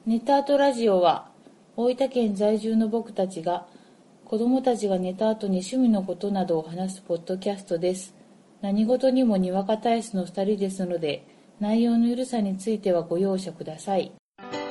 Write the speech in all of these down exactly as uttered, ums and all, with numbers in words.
ネタアートラジオは大分県在住の僕たちが子供たちが寝た後に趣味のことなどを話すポッドキャストです。何事にもにわか体質のふたりですので、内容のゆるさについてはご容赦ください。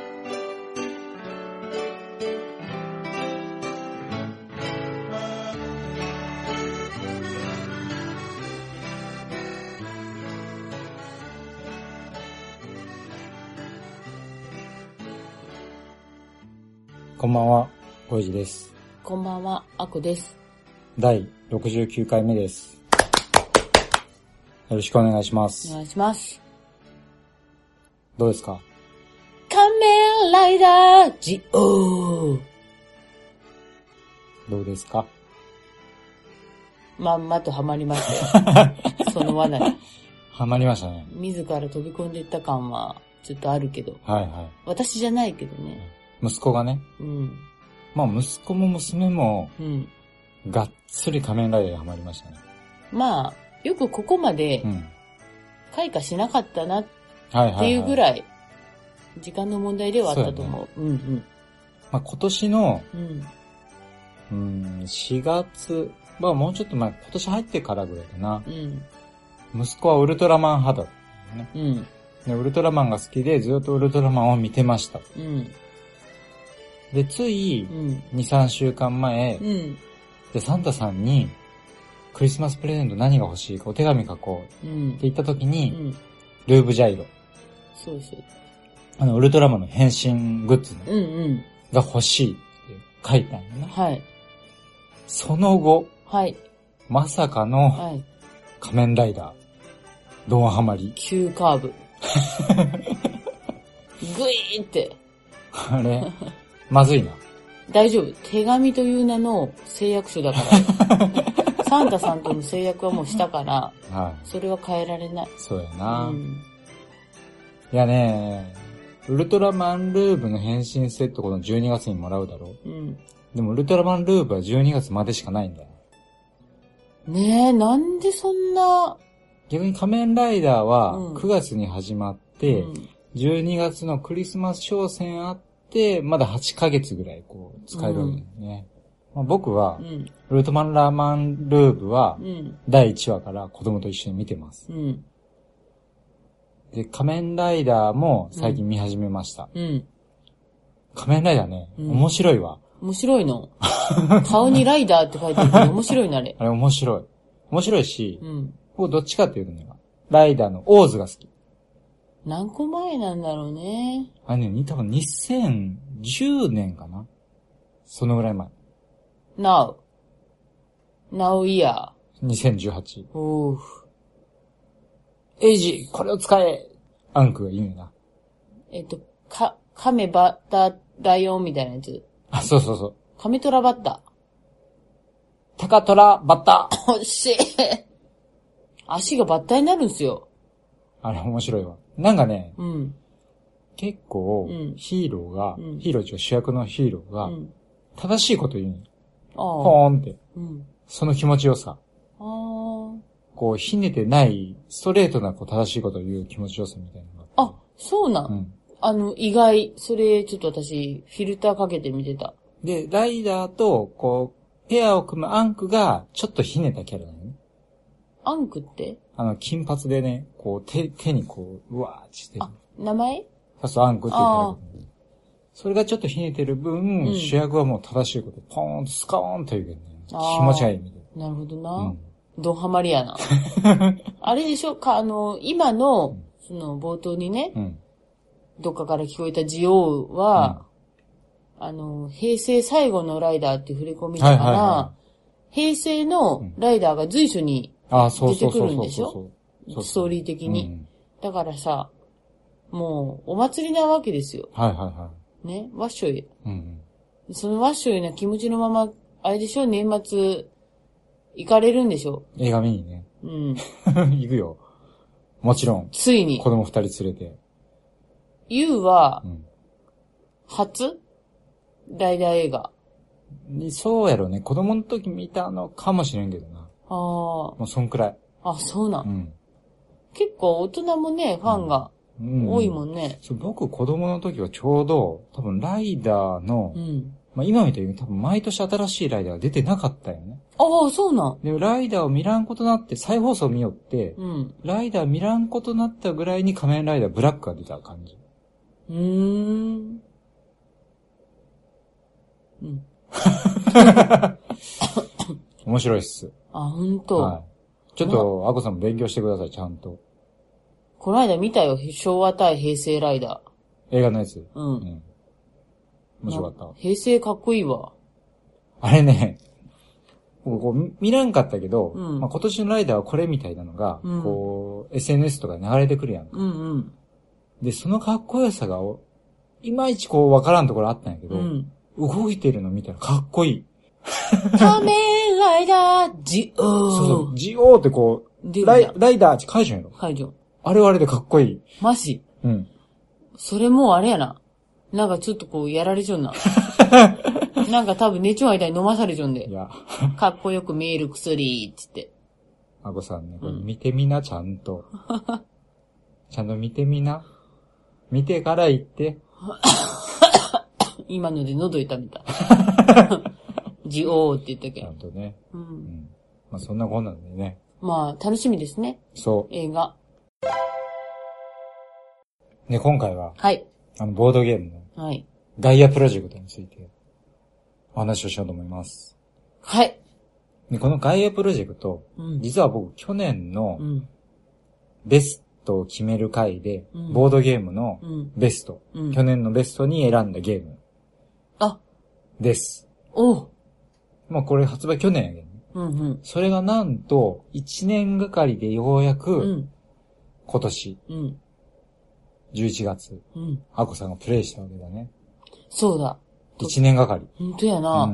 こんばんは、ごいじです。 こんばんは、あこです。 だいろくじゅうきゅうかいめです。よろしくお願いします。 お願いします。 どうですか？ 仮面ライダージオー。 どうですか？ まんまとハマりましたよ。その罠に。 ハマりましたね。 自ら飛び込んでいった感はちょっとあるけど。 はいはい。 私じゃないけどね。 息子がね。 うん。 まあ息子も娘も、 うん。 がっつり仮面ライダーにハマりましたね。 まあ、よくここまで、開花しなかったなっていうぐらい、時間の問題ではあったと思う。うね、うんうん。 まあ今年の、 うん。 うん、しがつ、まあもうちょっと前、今年入ってからぐらいかな。 うん。 息子はウルトラマン派だったね。 うん。 で、ウルトラマンが好きでずっとウルトラマンを見てました。 うん。 で、つい、 うん、 に、さんしゅうかんまえ、 うん、 で、サンタさんに、クリスマスプレゼント何が欲しいかお手紙書こうって言った時に、うん、ルーブジャイロ。 そうそう。 あの、ウルトラマンの変身グッズ、ねうんうん、 が欲しいって書いたんだね。 はい。 その後、 はい。 まさかの、 はい。 仮面ライダー、ドンハマり。 急カーブ。グイーって。 あれまずいな。 大丈夫。手紙という名の誓約書だから。サンタさんとの誓約はもうしたから、はい、それは変えられない。 そうやな、うん、いやね、ウルトラマンルーブの変身セットこのじゅうにがつにもらうだろう、うん、でもウルトラマンルーブはじゅうにがつまでしかないんだよ。 ねえ、なんでそんな。 逆に仮面ライダーはくがつに始まって、うん、じゅうにがつのクリスマス商戦あって、で、まだはちかげつぐらいこう使えるわけだよね。うんまあ、僕は、うん、ウルトラマンルーブは、だいいちわから子供と一緒に見てます。うん、で、仮面ライダーも最近見始めました。うん、仮面ライダーね、うん、面白いわ。 面白いの顔にライダーって書いてるけど面白いなあれ。 あれ面白い。面白いし、うん、僕どっちかっていうとね、ライダーのオーズが好き。 何個前なんだろうね。 あれね、多分にせんじゅうねんかなそのぐらい前。 now. now year. にせんじゅうはち。 おー。 エイジ、これを使えアンクが言うよな。 えっと、か、カメバッタライオンみたいなやつ。 あ、そうそうそう。 カメトラバッタ。 タカトラバッタ。 惜しい。足がバッタになるんすよ。 あれ面白いわ。なんかね、 うん、 結構、うん、ヒーローが、うん、ヒーロー違う主役のヒーローが、うん、正しいこと言うの。ポーンって、うん。その気持ちよさ。あこう、ひねてない、ストレートなこう正しいことを言う気持ちよさみたいなのが。 あ、そうなん、うん、あの、意外、それちょっと私、フィルターかけて見てた。 で、ライダーと、こう、ペアを組むアンクが、ちょっとひねたキャラなのね。 アンクってあの、金髪でね、こう、手、手にこう、うわーってしてる。 あ、名前そうそう、アンクって言ったら、それがちょっとひねてる分、うん、主役はもう正しいこと、ポーンとスカーンと言うけどね。気持ちがいいみたいな。なるほどな。うん、ドンハマりやな。あれでしょか、あの、今の、うん、その、冒頭にね、うん、どっかから聞こえたジオウは、うん、あの、平成最後のライダーって触れ込みだから、はいはいはい、平成のライダーが随所に、出てくるんでしょストーリー的に、うん。だからさ、もう、お祭りなわけですよ。 はいはいはい。 ね、ワッショイ。うんうん、そのワッショイな気持ちのまま、あれでしょ年末、行かれるんでしょ映画見にね。うん。行くよ。もちろん。 ついに。 子供二人連れて。 ユウは、うん、初ライダー映画。 そうやろね。子供の時見たのかもしれんけどな。 ああ。 もうそんくらい。 あ、そうなん。うん。結構大人もね、ファンが多いもんね。 そう、僕子供の時はちょうど、多分ライダーの、うん、まあ今みたいに多分毎年新しいライダーが出てなかったよね。 ああ、そうなん。 で、ライダーを見らんことなって、再放送見よって、うん、ライダー見らんことなったぐらいに仮面ライダーブラックが出た感じ。うーん。うん。面白いっす。 あ、ほんと。はい。 ちょっと、アコさんも勉強してください、ちゃんと。 この間見たよ、昭和対平成ライダー。映画のやつ。うん。うん、面白かった。 平成かっこいいわ。 あれね、こう見らんかったけど、うん、まあ、今年のライダーはこれみたいなのが、うん、こう、エスエヌエス とか流れてくるやんか。うんうん、で、そのかっこよさが、いまいちこうわからんところあったんやけど、うん、動いてるの見たらかっこいい。 仮面ライダー、ジオー。 そうそう、ジオーってこう、ライ、ライダーって解除やろ。 解除。 あれはあれでかっこいい。 マジ？うん。それもうあれやな。なんかちょっとこうやられちゃうな。なんか多分寝ちゃう間に飲まされちゃうんで。いや。かっこよく見える薬、つって。 あこさんね、これ見てみな、ちゃんと。ちゃんと見てみな。見てから言って。 今ので喉痛めた。ジオーって言ったけど。 ちゃんとね。うん。うん、まあそんなこんなんでね。 まあ楽しみですね。そう。映画。 ね、今回は。はい。あの、ボードゲームの。はい。ガイアプロジェクトについて、お話をしようと思います。はい。で、このガイアプロジェクト、うん、実は僕、去年の、ベストを決める回で、うん、ボードゲームのベスト、うん、去年のベストに選んだゲーム。あ。です。おう。まあこれ発売去年やけどね。うんうん。それがなんと、いちねんがかりでようやく、うん、今年、うん、じゅういちがつ、うん、アコさんがプレイしたわけだね。 そうだ。 いちねんがかり。 ほんとやな。うん。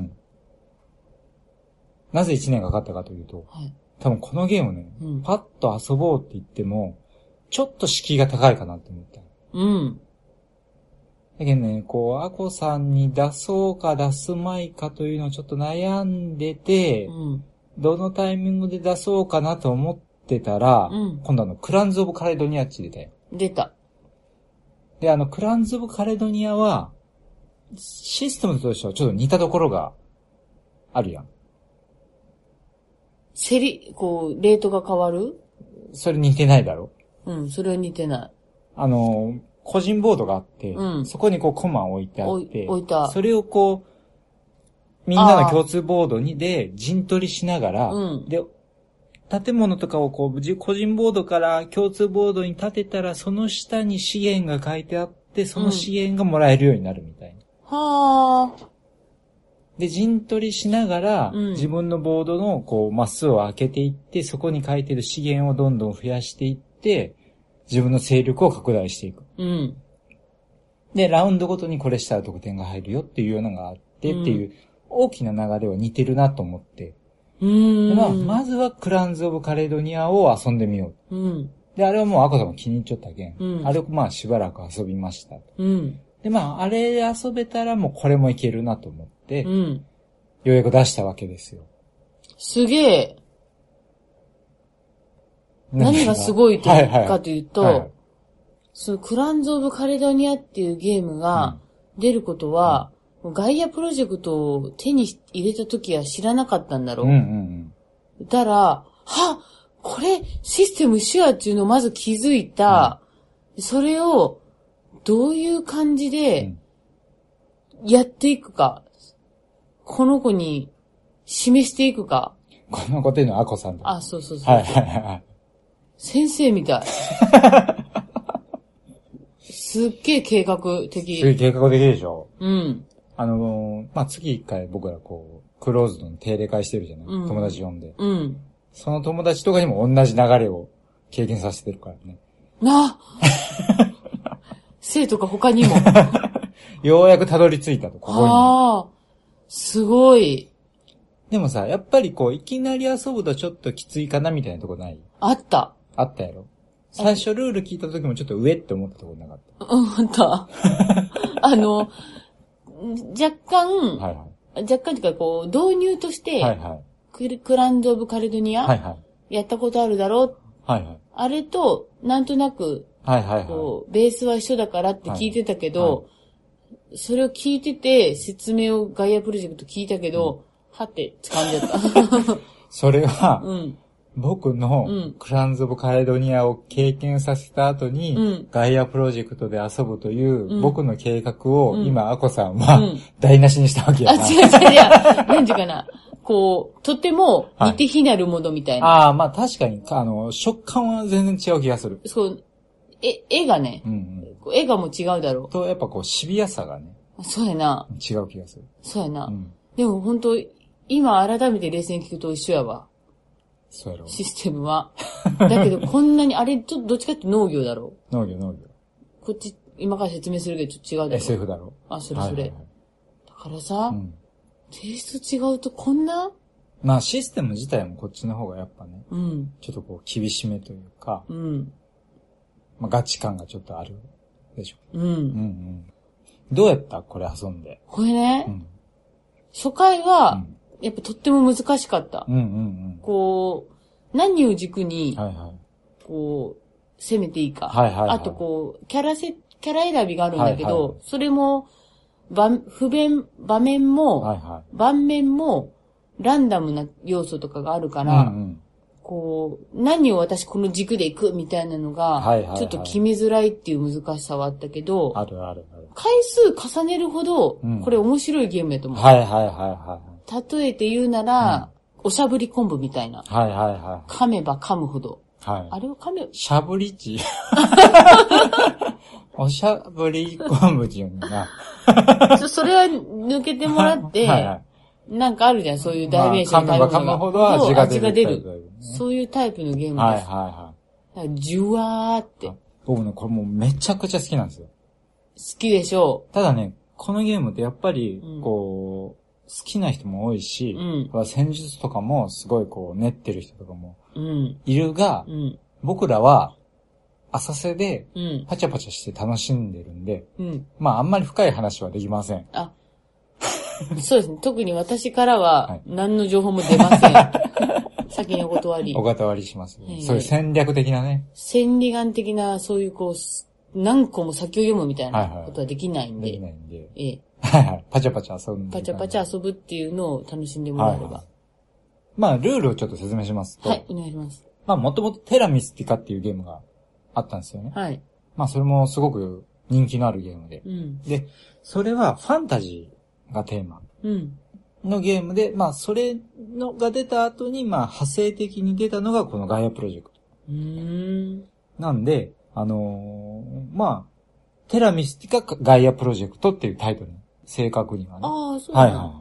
なぜいちねんかかったかというと、はい、多分このゲームね、うん、パッと遊ぼうって言っても、ちょっと敷居が高いかなって思った。うん。だけどね、こう、アコさんに出そうか出すまいかというのをちょっと悩んでて、うん、どのタイミングで出そうかなと思ってたら、うん、今度あの、クランズ・オブ・カレドニアっち出たよ。 出た。 で、あの、クランズ・オブ・カレドニアは、システムとしてはちょっと似たところがあるやん。 セリ、こう、レートが変わる？ それ似てないだろ？ うん、それは似てない。 あの、個人ボードがあって、うん、そこにこうコマを置いてあって、置いた。それをこう、みんなの共通ボードにで陣取りしながら、うん、で、建物とかをこう、個人ボードから共通ボードに建てたら、その下に資源が書いてあって、その資源がもらえるようになるみたいな。うん、はあ。で、陣取りしながら、うん、自分のボードのこう、マスを開けていって、そこに書いてる資源をどんどん増やしていって、自分の勢力を拡大していく。うん。で、ラウンドごとにこれしたら得点が入るよっていうようなのがあってっていう、大きな流れは似てるなと思って。うん。でまあ、まずはクランズ・オブ・カレドニアを遊んでみよう。うん。で、あれはもうアコさんも気に入っちゃったけん。うん。あれをまあしばらく遊びました。うん。で、まあ、あれで遊べたらもうこれもいけるなと思って、うん。ようやく出したわけですよ。 すげえ。何がすごいとかというと、はいはいはい、そのクランズ・オブ・カレドニアっていうゲームが出ることは、うん、ガイアプロジェクトを手に入れた時は知らなかったんだろう。うんうんうん、だから、はこれシステムシュアっていうのをまず気づいた、うん、それをどういう感じでやっていくか、この子に示していくか。 この子っていうのはアコさんだ。 あ、そうそうそう。はいはいはい。先生みたい。すっげえ計画的。 すげえ計画的でしょ。うん。あのー、まあ、次一回僕らこう、クローズドに定例会してるじゃない、うん、友達呼んで。うん。その友達とかにも同じ流れを経験させてるからね。 な生徒が他にも。 ようやくたどり着いたと、ここに。ああ。 すごい。 でもさ、やっぱりこう、いきなり遊ぶとちょっときついかなみたいなとこない？ あった。 あったやろ。最初ルール聞いた時もちょっと上って思ったところなかった。 うん、あった。あの、若干、はいはい、若干っていうかこう、導入として、はいはい、ク, クランズ・オブ・カレドニア、はいはい、やったことあるだろう、はいはい、あれと、なんとなくはいはいはい。 こう、ベースは一緒だからって聞いてたけど、はいはい、それを聞いてて、説明をガイアプロジェクト聞いたけど、うん、はって掴んじゃった。 それは、うん、僕のクランズ・オブ・カレドニアを経験させた後に、うん、ガイアプロジェクトで遊ぶという僕の計画を、うん、今、アコさんは、うん、台無しにしたわけやな。 あ、違う違う違う。なんていうかな。こう、とても似て非なるものみたいな。 はい、ああ、まあ確かに、あの、食感は全然違う気がする。 そう。え、絵がね、うんうん、絵がもう違うだろう。 と、やっぱこう、シビアさがね。 そうやな。 違う気がする。 そうやな。うん、でも本当今改めて冷静に聞くと一緒やわ。 そうやろ。 システムは。だけどこんなに、あれ、ちょっとどっちかって農業だろう。農業、農業。 こっち、今から説明するけどちょっと違うだろう。 エスエフ だろう。 あ、それそれ。はいはいはい、だからさ、うん、テイスト違うとこんなまあシステム自体もこっちの方がやっぱね、うん、ちょっとこう厳しめというか、うん、まあガチ感がちょっとあるでしょ。うん。うんうん。どうやったこれ遊んで。 これね、うん、初回は、うんやっぱとっても難しかった。うんうんうん、こう、何を軸に、はいはい、こう、攻めていいか。はいはいはい、あとこう、キャラせ、キャラ選びがあるんだけど、はいはい、それも、場、不便、場面も、はいはい、盤面も、ランダムな要素とかがあるから、うんうん、こう、何を私この軸で行くみたいなのが、はいはいはい、ちょっと決めづらいっていう難しさはあったけど、 あるあるある。 回数重ねるほど、うん、これ面白いゲームやと思う。 はいはいはいはい。 例えて言うなら、うん、おしゃぶり昆布みたいな。 はいはいはい。 噛めば噛むほど。 はい。 あれを噛め、 しゃぶりち。おしゃぶり昆布って言うんだな。そ、それは抜けてもらって、はいはい、なんかあるじゃん、そういう代名詞のタイプが。 まあ、噛めば噛むほど味が出る。 味が出る。そういうタイプのゲームです。はいはいはい。じゅわーって。 僕ね、これもうめちゃくちゃ好きなんですよ。 好きでしょう。ただね、このゲームってやっぱり、こう、うん好きな人も多いし、うん、戦術とかもすごいこう練ってる人とかもいるが、うん、僕らは浅瀬でパチャパチャして楽しんでるんで、うん、まああんまり深い話はできません。 あ、そうですね。特に私からは何の情報も出ません。はい、先にお断り。 お断りします、ね。そういう戦略的なね。 戦利眼的なそういうこう何個も先を読むみたいなことはできないんで。 はいはい、できないんで。 ええはいはい。パチャパチャ遊ぶ。 パチャパチャ遊ぶっていうのを楽しんでもらえれば。はいはい、 まあ、ルールをちょっと説明しますと。 はい、お願いします。 まあ、もともとテラミスティカっていうゲームがあったんですよね。はい。まあ、それもすごく人気のあるゲームで。うん。で、それはファンタジーがテーマ。うん。のゲームで、まあ、それのが出た後に、まあ、派生的に出たのがこのガイアプロジェクト。うーん。なんで、あのー、まあ、テラミスティカガイアプロジェクトっていうタイトル。正確にはね。 ああ、そうなんだ。はいはい。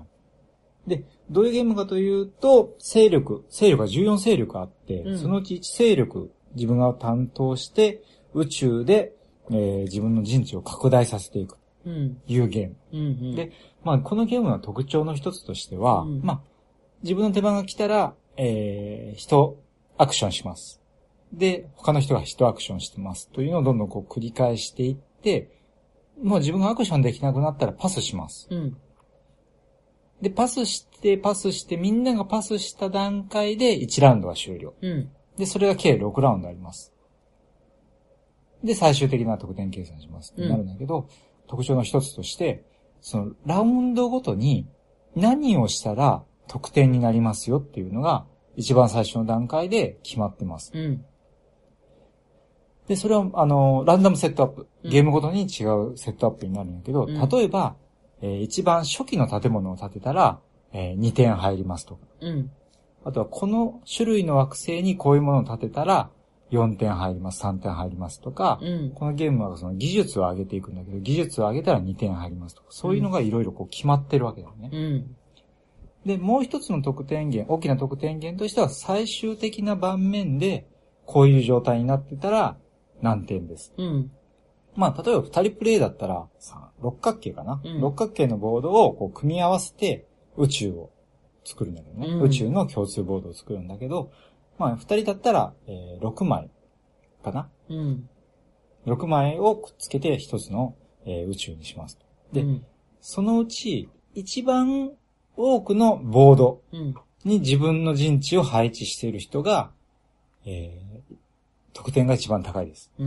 で、どういうゲームかというと、勢力、勢力がじゅうよん勢力あって、うん、そのうちいち勢力、自分が担当して、宇宙で、えー、自分の陣地を拡大させていく。というゲーム、うんうんうん。で、まあ、このゲームの特徴の一つとしては、うん、まあ、自分の手番が来たら、えー、一アクションします。で、他の人が一アクションしてます。というのをどんどんこう繰り返していって、もう自分がアクションできなくなったらパスします。うん、で、パスして、パスして、みんながパスした段階でいちラウンドが終了。うん、で、それが計ろくラウンドあります。で、最終的な得点計算しますってなるんだけど、うん、特徴の一つとして、その、ラウンドごとに何をしたら得点になりますよっていうのが、一番最初の段階で決まってます。うんで、それは、あの、ランダムセットアップ。ゲームごとに違うセットアップになるんだけど、うん、例えば、えー、一番初期の建物を建てたら、えー、にてん入りますとか。うん、あとは、この種類の惑星にこういうものを建てたら、よんてん入ります、さんてん入りますとか、うん、このゲームはその技術を上げていくんだけど、技術を上げたらにてん入りますとか、そういうのがいろいろこう決まってるわけだよね。うん、で、もう一つの得点源、大きな得点源としては、最終的な盤面で、こういう状態になってたら、何点です。うん。まあ、例えば二人プレイだったら、六角形かな、うん、六角形のボードをこう組み合わせて宇宙を作るんだけどね、うん。宇宙の共通ボードを作るんだけど、まあ、二人だったら、えー、ろくまいかな、うん、ろくまいをくっつけて一つの、えー、宇宙にしますと。で、うん、そのうち一番多くのボードに自分の陣地を配置している人が、えー得点が一番高いです。うん。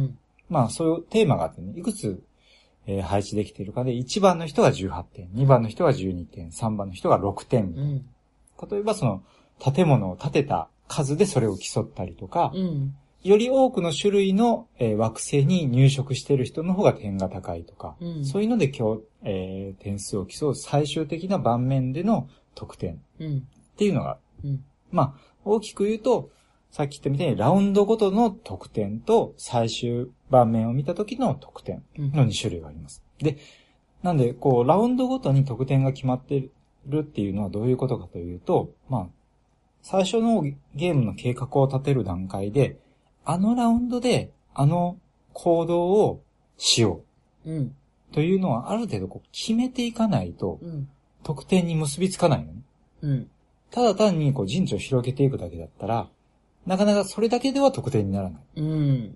まあそういうテーマがあってね、いくつ、えー、配置できているかで、いちばんの人がじゅうはってん、にばんの人がじゅうにてん、さんばんの人がろくてん。うん、例えばその建物を建てた数でそれを競ったりとか、うん、より多くの種類の、えー、惑星に入植している人の方が点が高いとか、うん、そういうので今日、えー、点数を競う最終的な盤面での得点っていうのが、うん、まあ大きく言うと、さっき言ったみたいにラウンドごとの得点と最終盤面を見た時の得点のに種類があります。うん、で、なんでこうラウンドごとに得点が決まってるっていうのはどういうことかというと、まあ最初のゲームの計画を立てる段階で、あのラウンドであの行動をしよう。うん、というのはある程度こう決めていかないと、得点に結びつかないのね。うん、ただ単にこう陣地を広げていくだけだったら、なかなかそれだけでは得点にならない。うん、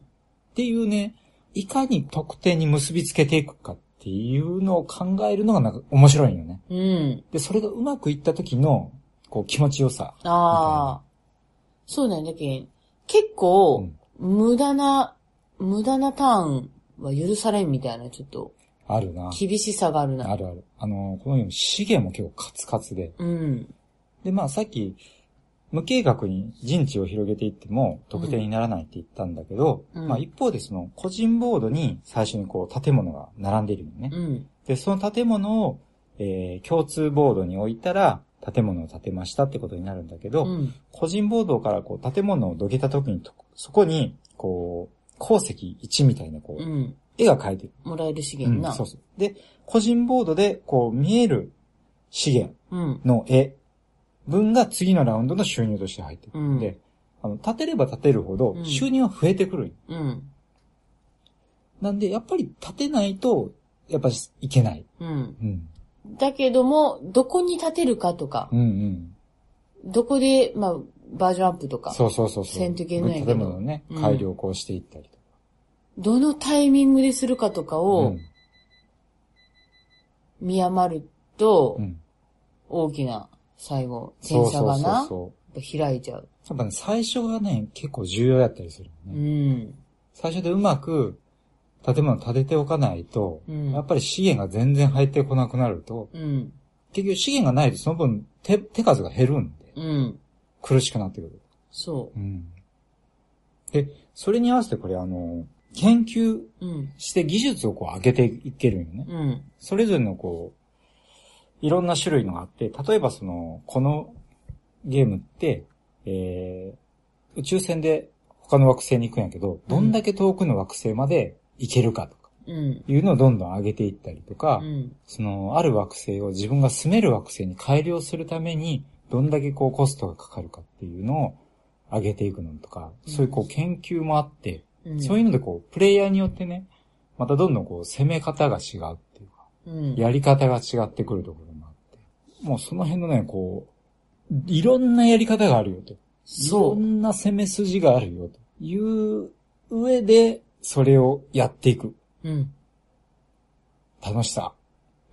っていうね、いかに得点に結びつけていくかっていうのを考えるのがなんか面白いよね。うん、で、それがうまくいった時のこう気持ちよさ。ああ。 そうなんだけど、結構、うん、無駄な、無駄なターンは許されんみたいな、ちょっと。 あるな。 厳しさがあるな。 あるある。あの、このゲーム資源も結構カツカツで。うん。で、まあさっき、無計画に陣地を広げていっても得点にならないって言ったんだけど、うん、まあ一方でその個人ボードに最初にこう建物が並んでいるのね。うん、で、その建物を、えー、共通ボードに置いたら建物を建てましたってことになるんだけど、うん、個人ボードからこう建物をどけた時にそこにこう鉱石いちみたいなこう、うん、絵が描いてる。 もらえる資源な、 うん。そうそう。で、個人ボードでこう見える資源の絵、分が次のラウンドの収入として入ってくるんで、うん、あの、立てれば立てるほど収入は増えてくる。うん。なんで、やっぱり立てないと、やっぱりいけない。うん。うん。 だけども、どこに立てるかとか、うんうん。どこで、まあ、バージョンアップとか、 そうそうそうそう。 せんといけないけど。 建物をね、改良こうしていったりとか、 うん。どのタイミングでするかとかを、見余ると、うん、大きな、最後、点差がな、そうそうそうそう開いちゃう。 やっぱね、最初がね、結構重要だったりする、ね。うん。最初でうまく建物建てておかないと、うん、やっぱり資源が全然入ってこなくなると、うん、結局資源がないとその分手、手数が減るんで、うん、苦しくなってくる。 そう。うん。 で、それに合わせてこれあの、研究して技術をこう上げていけるよね。うん。それぞれのこう、いろんな種類のがあって、例えばその、このゲームって、えー、宇宙船で他の惑星に行くんやけど、どんだけ遠くの惑星まで行けるかとか、いうのをどんどん上げていったりとか、うん、その、ある惑星を自分が住める惑星に改良するために、どんだけこうコストがかかるかっていうのを上げていくのとか、そういうこう研究もあって、うん、そういうのでこう、プレイヤーによってね、またどんどんこう、攻め方が違うっていうか、うん、やり方が違ってくるところもあって、もうその辺のね、こう、いろんなやり方があるよと。そう。いろんな攻め筋があるよという上で、それをやっていく。うん。楽しさ。うん。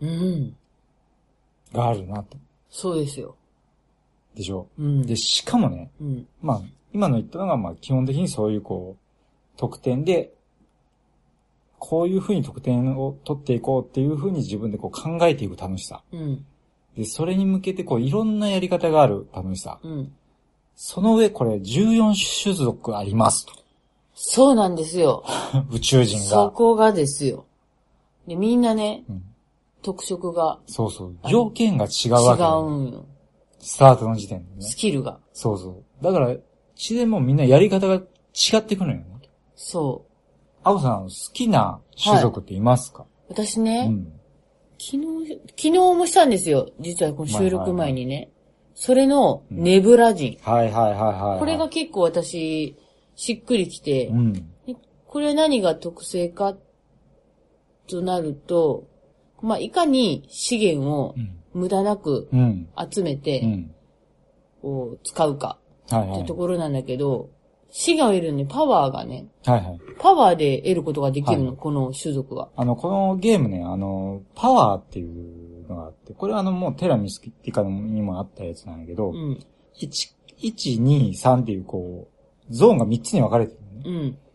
があるなと。 そうですよ。 でしょ。うん。で、しかもね、うん、まあ、今の言ったのが、まあ、基本的にそういうこう、得点で、こういう風に得点を取っていこうっていう風に自分でこう考えていく楽しさ。うん。で、それに向けてこう、いろんなやり方がある楽しさ。うん。その上、これじゅうよん種族ありますと。 そうなんですよ。 宇宙人が。 そこがですよ。で、みんなね、うん、特色が。 そうそう。条件が違うわけ。 違うんよ。 スタートの時点でね。 スキルが。 そうそう。だから、自然もみんなやり方が違ってくるのよね。 そう。 青さん、好きな種族っていますか？はい、 私ね、うん、昨日、昨日もしたんですよ。実はこの収録前にね。はいはいはい、それのネブラ人、 うん。はいはいはいはい。 これが結構私、しっくりきて、うん、これ何が特性かとなると、まあ、いかに資源を無駄なく集めて、うんうん、こう使うかってところなんだけど、はいはい、資源を得るのにパワーがね、はいはい、パワーで得ることができるの、はい、この種族は。 あの、このゲームね、あの、パワーっていうのがあって、これはあの、もうテラミスティカにもあったやつなんだけど、うん、いち、いち、に、さんっていうこう、ゾーンがみっつに分かれてるのね。うん。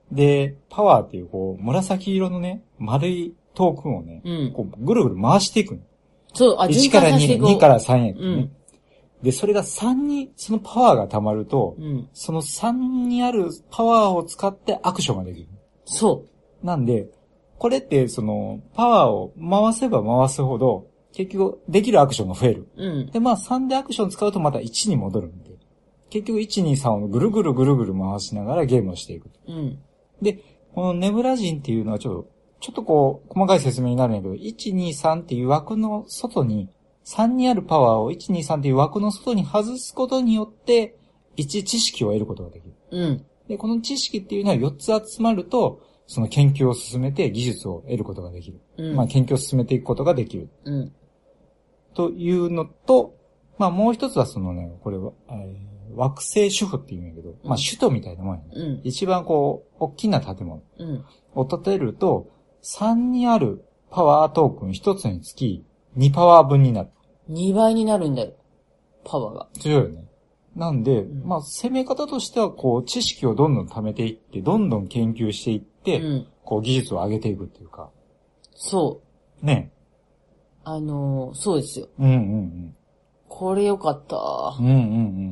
で、パワーっていうこう、紫色のね、丸いトークンをね、うん、こうぐるぐる回していくの。 そう、あ、 いちからに、にからさんへ、ね。 うん。 で、それがさんに、そのパワーが溜まると、うん、そのさんにあるパワーを使ってアクションができる。 そう。 なんで、これってその、パワーを回せば回すほど、結局、できるアクションが増える。うん。で、まあさんでアクション使うとまたいちに戻るんで、結局いち、に、さんをぐるぐるぐるぐる回しながらゲームをしていく。うん。で、このネブラ人っていうのはちょっと、ちょっとこう、細かい説明になるんだけど、いち、に、さんっていう枠の外に、さんにあるパワーをいち、に、さんっていう枠の外に外すことによって、いち知識を得ることができる。うん。で、この知識っていうのはよっつ集まると、その研究を進めて技術を得ることができる。うん。まあ研究を進めていくことができる。うん。というのと、まあもう一つはそのね、これは、えー、惑星主婦っていうんだけど、うん、まあ首都みたいなもんやね。うん。一番こう、大きな建物。うん。を建てると、さんにあるパワートークンひとつにつきにパワー分になる。 にばいになるんだよ。パワーが。 強いよね。なんで、うん、まあ攻め方としてはこう知識をどんどん貯めていって、どんどん研究していって、うん、こう技術を上げていくっていうか。 そう。 ね。 あのー、そうですよ。 うんうんうん。 これよかった。 うんうんうん。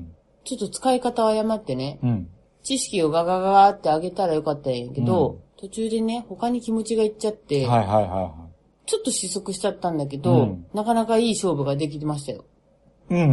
ちょっと使い方を誤ってね。うん。知識をガガガガって上げたらよかったんやけど、うん、途中でね、他に気持ちがいっちゃって、 はいはいはいはい。 ちょっと失速しちゃったんだけど、うん、なかなかいい勝負ができてましたよ。 うん。うん。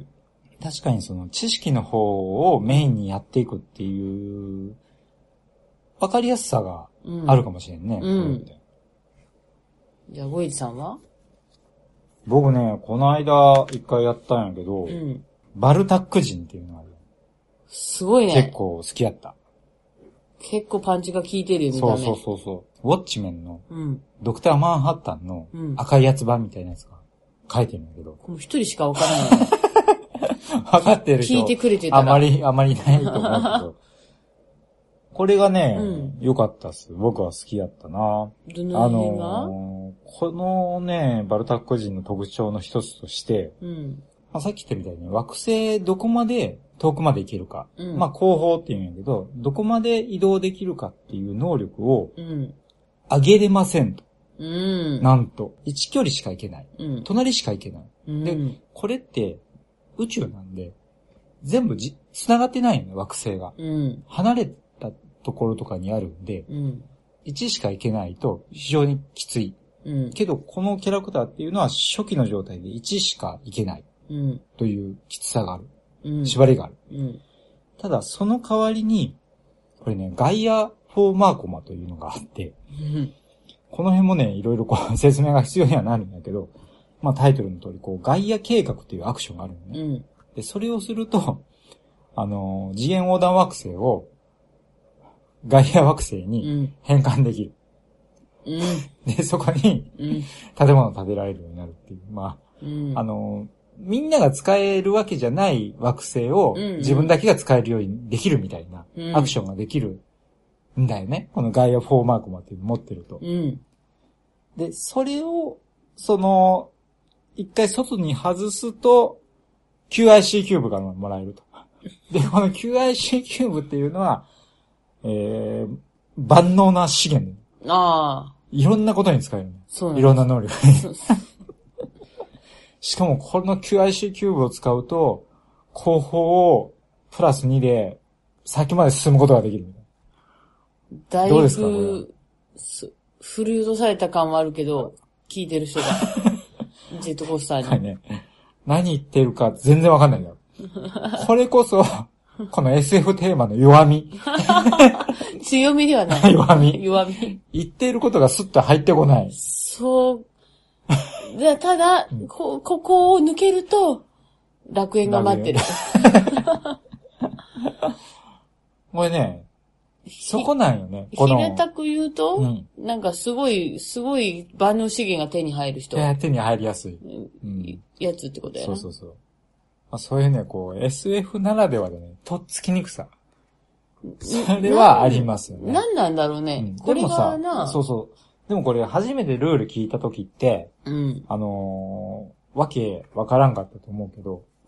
確かにその知識の方をメインにやっていくっていう、わかりやすさがあるかもしれんね。うん。うん、 じゃあ、ゴイジさんは？ 僕ね、この間一回やったんやけど、うん、バルタック人っていうのがある。 すごいね。 結構好きやった。 結構パンチが効いてるよ、見た目。 そうそうそうそう。ウォッチメンの、うん、ドクターマンハッタンの赤いやつ版みたいなやつが書いてるんだけど。 もう一人しかわからない。 分かってる人。 聞いてくれてたら。 あまり、あまりないと思うけど。これがね、良、うん、かったっす。僕は好きやったな。 どの辺が、あのー、このね、バルタック人の特徴の一つとして、うんまあ、さっき言ったみたいに惑星どこまで遠くまで行けるか。うん、まあ後方って言うんやけど、どこまで移動できるかっていう能力を上げれませんと。うん、なんと、一距離しか行けない。うん、隣しか行けない。うん、で、これって宇宙なんで、全部じ、繋がってないよね、惑星が。うん、離れたところとかにあるんで、うん、いちしか行けないと非常にきつい。うん、けど、このキャラクターっていうのは初期の状態でいちしか行けない。うん、というきつさがある。うん、縛りがある、うん。ただ、その代わりに、これね、ガイア・フォー・マーコマというのがあって、うん、この辺もね、いろいろこう説明が必要にはなるんだけど、まあタイトルの通り、こう、ガイア計画というアクションがあるのね。うん、で、それをすると、あの、次元横断惑星を、ガイア惑星に変換できる。うん、で、そこに、建物を建てられるようになるっていう。まあ、うん、あの、みんなが使えるわけじゃない惑星を自分だけが使えるようにできるみたいなアクションができるんだよね。このガイア・フォー・マーコマっていうのを持ってると。うん、で、それを、その、一回外に外すと キューアイシー キューブがもらえると。で、この キューアイシー キューブっていうのは、えー、万能な資源。ああ。いろんなことに使えるね。そうなんです。いろんな能力に。しかもこの キューアイシー キューブを使うと、後方をプラスにで先まで進むことができる。 だいぶ、どうですかこれ振り落とされた感はあるけど、聞いてる人が。ジェットコースターに。はいね。 何言ってるか全然わかんないんだよ。これこそ、この エスエフ テーマの弱み。 強みではない。 弱み。 弱み。 言っていることがスッと入ってこない。 そう。でただ、うん、こ、ここを抜けると、楽園が待ってる。 これね、そこなんよね。 平たく言うと、うん、なんかすごい、すごい万能資源が手に入る人。 手に入りやすい。 うん、やつってことやな。 そうそうそう。まあ、そういうね、こう、エスエフ ならではでね、とっつきにくさ。それはありますよね。 なんなんだろうね。うん、これがな。 そうそう。でもこれ初めてルール聞いたときって、うん、あのー、わけわからんかったと思うけど、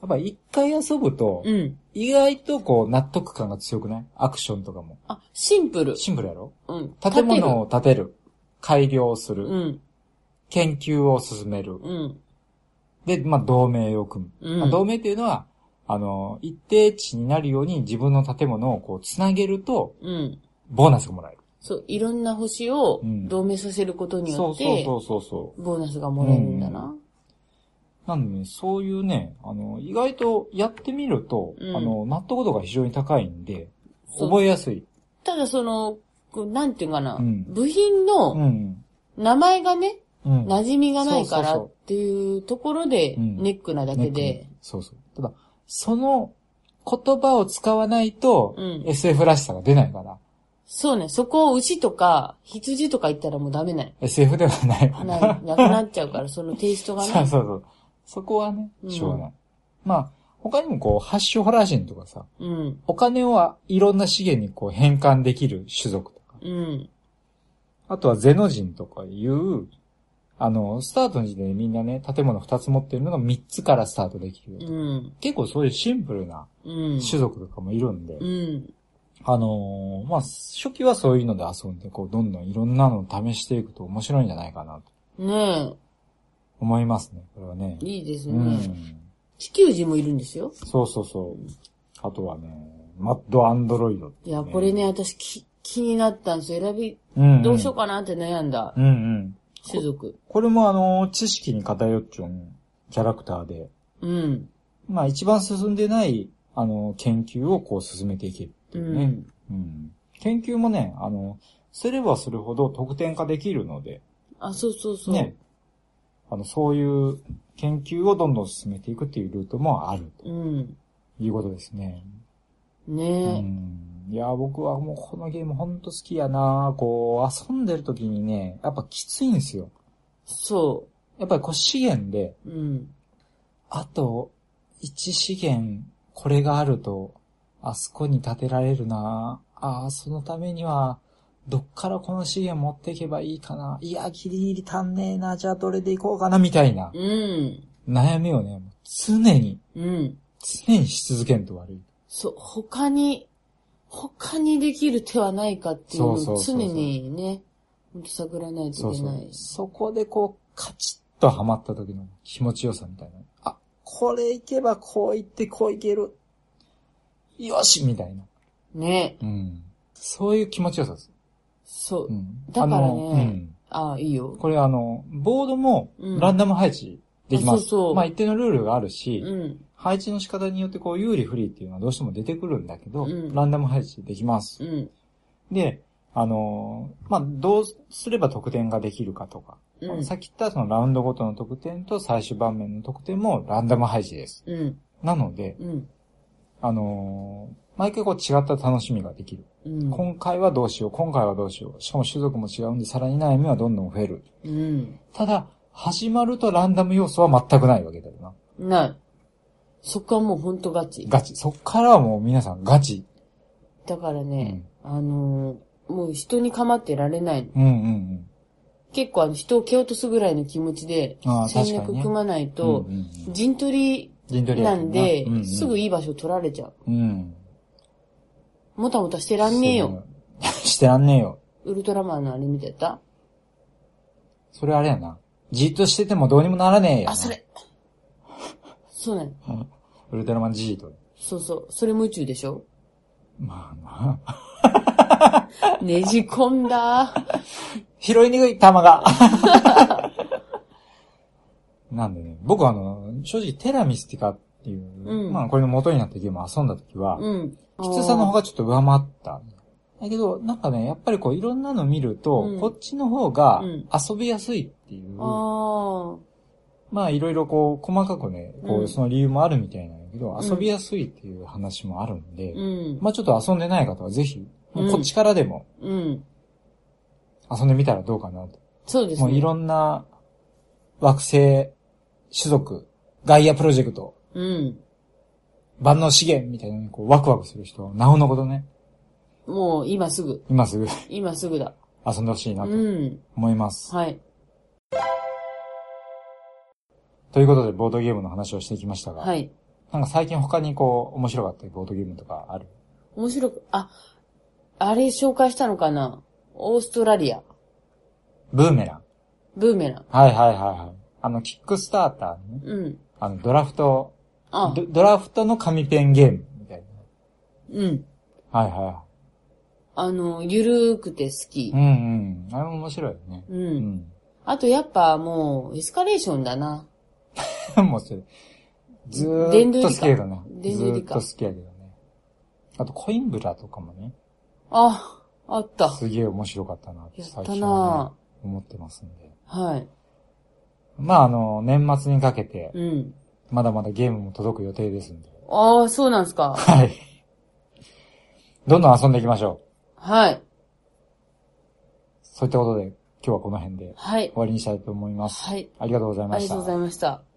やっぱ一回遊ぶと、うん、意外とこう納得感が強くない？アクションとかも。 あ、シンプル。 シンプルやろ？ うん。 建物を建てる。改良する。うん。研究を進める。うん。で、まあ、同盟を組む。うんまあ、同盟っていうのは、あの、一定値になるように自分の建物をこう、つなげると、うん。ボーナスがもらえる。 そう、いろんな星を同盟させることによって、うん、そうそうそうそう。ボーナスがもらえるんだな。うん、 なんでね、そういうね、あの、意外とやってみると、うん、あの、納得度が非常に高いんで、覚えやすい。 ただその、なんていうかな、うん、部品の名前がね、うん、馴染みがないからっていうところでネックなだけで。 そうそう。ただ、その言葉を使わないと エスエフ らしさが出ないから。 そうね。そこを牛とか羊とか言ったらもうダメない。 エスエフ ではないわな。な、なくなっちゃうから、そのテイストがね。 そうそうそう。そこはね、しょうがない。うん、まあ、他にもこう、ハッシュホラー人とかさ、うん、お金はいろんな資源にこう変換できる種族とか。うん、あとはゼノ人とかいう、あの、スタートの時点でみんなね、建物二つ持ってるのが三つからスタートできる、うん。結構そういうシンプルな種族とかもいるんで、うん、あのー、まあ、初期はそういうので遊んで、こう、どんどんいろんなのを試していくと面白いんじゃないかなと。ねえ。思いますね、これはね。 いいですね。うん、地球人もいるんですよ。 そうそうそう。あとはね、マッドアンドロイド、ね。 いや、これね、私き気になったんですよ。選び、うんうん、どうしようかなって悩んだ。うんうん。種族。 こ, これもあの、知識に偏っちゃうキャラクターで。うん。まあ一番進んでない、あの、研究をこう進めていけるっていうね。うん。うん、研究もね、あの、すればするほど得点化できるので。 あ、そうそうそう。ね。 あの、そういう研究をどんどん進めていくっていうルートもある。うん。いうことですね。ねえ。うん。いや、僕はもうこのゲームほんと好きやな。こう、遊んでる時にね、やっぱきついんですよ。そう。やっぱりこう資源で、うん。あと、一資源、これがあると、あそこに建てられるな。ああ、そのためには、どっからこの資源持っていけばいいかな。いや、ギリギリ足んねえな。じゃあどれでいこうかな、みたいな。うん。悩みをね、常に、うん。常にし続けんと悪い。 そう、他に、他にできる手はないかっていうのを常にね、探らないといけない。そうそう。 そこでこう、カチッとハマった時の気持ちよさみたいな。あ、これいけばこういってこういける。よしみたいな。ね。うん。そういう気持ちよさです。 そう。うん、だからね、あ、うん、あ、いいよ。 これあの、ボードもランダム配置できます。うん、そうそう。まあ一定のルールがあるし、うん、配置の仕方によってこう有利不利っていうのはどうしても出てくるんだけど、うん、ランダム配置できます。うん、で、あのー、まあ、どうすれば得点ができるかとか、うん、さっき言ったそのラウンドごとの得点と最終盤面の得点もランダム配置です。うん、なので、うん、あのー、毎回こう違った楽しみができる、うん。今回はどうしよう、今回はどうしよう。しかも種族も違うんでさらに悩みはどんどん増える。うん、ただ、始まるとランダム要素は全くないわけだよな。 ない。そっからもうほんとガチ。 ガチ。そっからはもう皆さんガチ。 だからね、うん、あのー、もう人に構ってられないの。うんうんうん。結構あの人を蹴落とすぐらいの気持ちで戦略組まないと、ね、うんうんうん、陣取りなんで、うんうん、すぐいい場所取られちゃう。うん。もたもたしてらんねえよ。 してらんねえよ。 ウルトラマンのあれ見てた？ それあれやな。じっとしててもどうにもならねえやな。 あ、それ。そうなの。 ウルトラマン G と。 そうそう。それも宇宙でしょ？ まあな。ねじ込んだ。 拾いにくい玉が。なんでね、僕はあの、正直テラミスティカっていう、うん、まあこれの元になったゲームを遊んだときは、うん、きつさの方がちょっと上回った。だけど、なんかね、やっぱりこういろんなの見ると、うん、こっちの方が遊びやすいっていう。うん、あまあいろいろこう細かくね、こうその理由もあるみたいなんだけど、うん、遊びやすいっていう話もあるんで、うん、まあちょっと遊んでない方はぜひ、もうこっちからでも、遊んでみたらどうかなと。 そうですね。 もういろんな惑星、種族、ガイアプロジェクト、うん、万能資源みたいなのにこうワクワクする人は、なおのことね。 もう今すぐ。 今すぐ。 今すぐだ。 遊んでほしいなと思います。うん、はい。ということでボードゲームの話をしてきましたが。はい。 なんか最近他にこう、面白かったボードゲームとかある？ 面白く、あ、あれ紹介したのかな？オーストラリア。 ブーメラン。 ブーメラン。 はいはいはいはい。あの、キックスターターね。 うん。 あの、ドラフト、 あド、ドラフトの紙ペンゲームみたいな。うん。 はいはい。 あの、ゆるーくて好き。 うんうん。あれも面白いよね。 うん。うん、あとやっぱもう、エスカレーションだな。 もうそれ、ずーっと好きだけどね。 ずーっと好きやけどね。あと、コインブラとかもね。 あ、あった。 すげえ面白かったなって最初は、ね、 思ってますんで。 はい。 まあ、あの、年末にかけて、 うん。 まだまだゲームも届く予定ですんで。 ああ、そうなんですか。 はい。どんどん遊んでいきましょう。はい。 そういったことで、今日はこの辺で、 はい。 終わりにしたいと思います。 はい。 ありがとうございました。 ありがとうございました。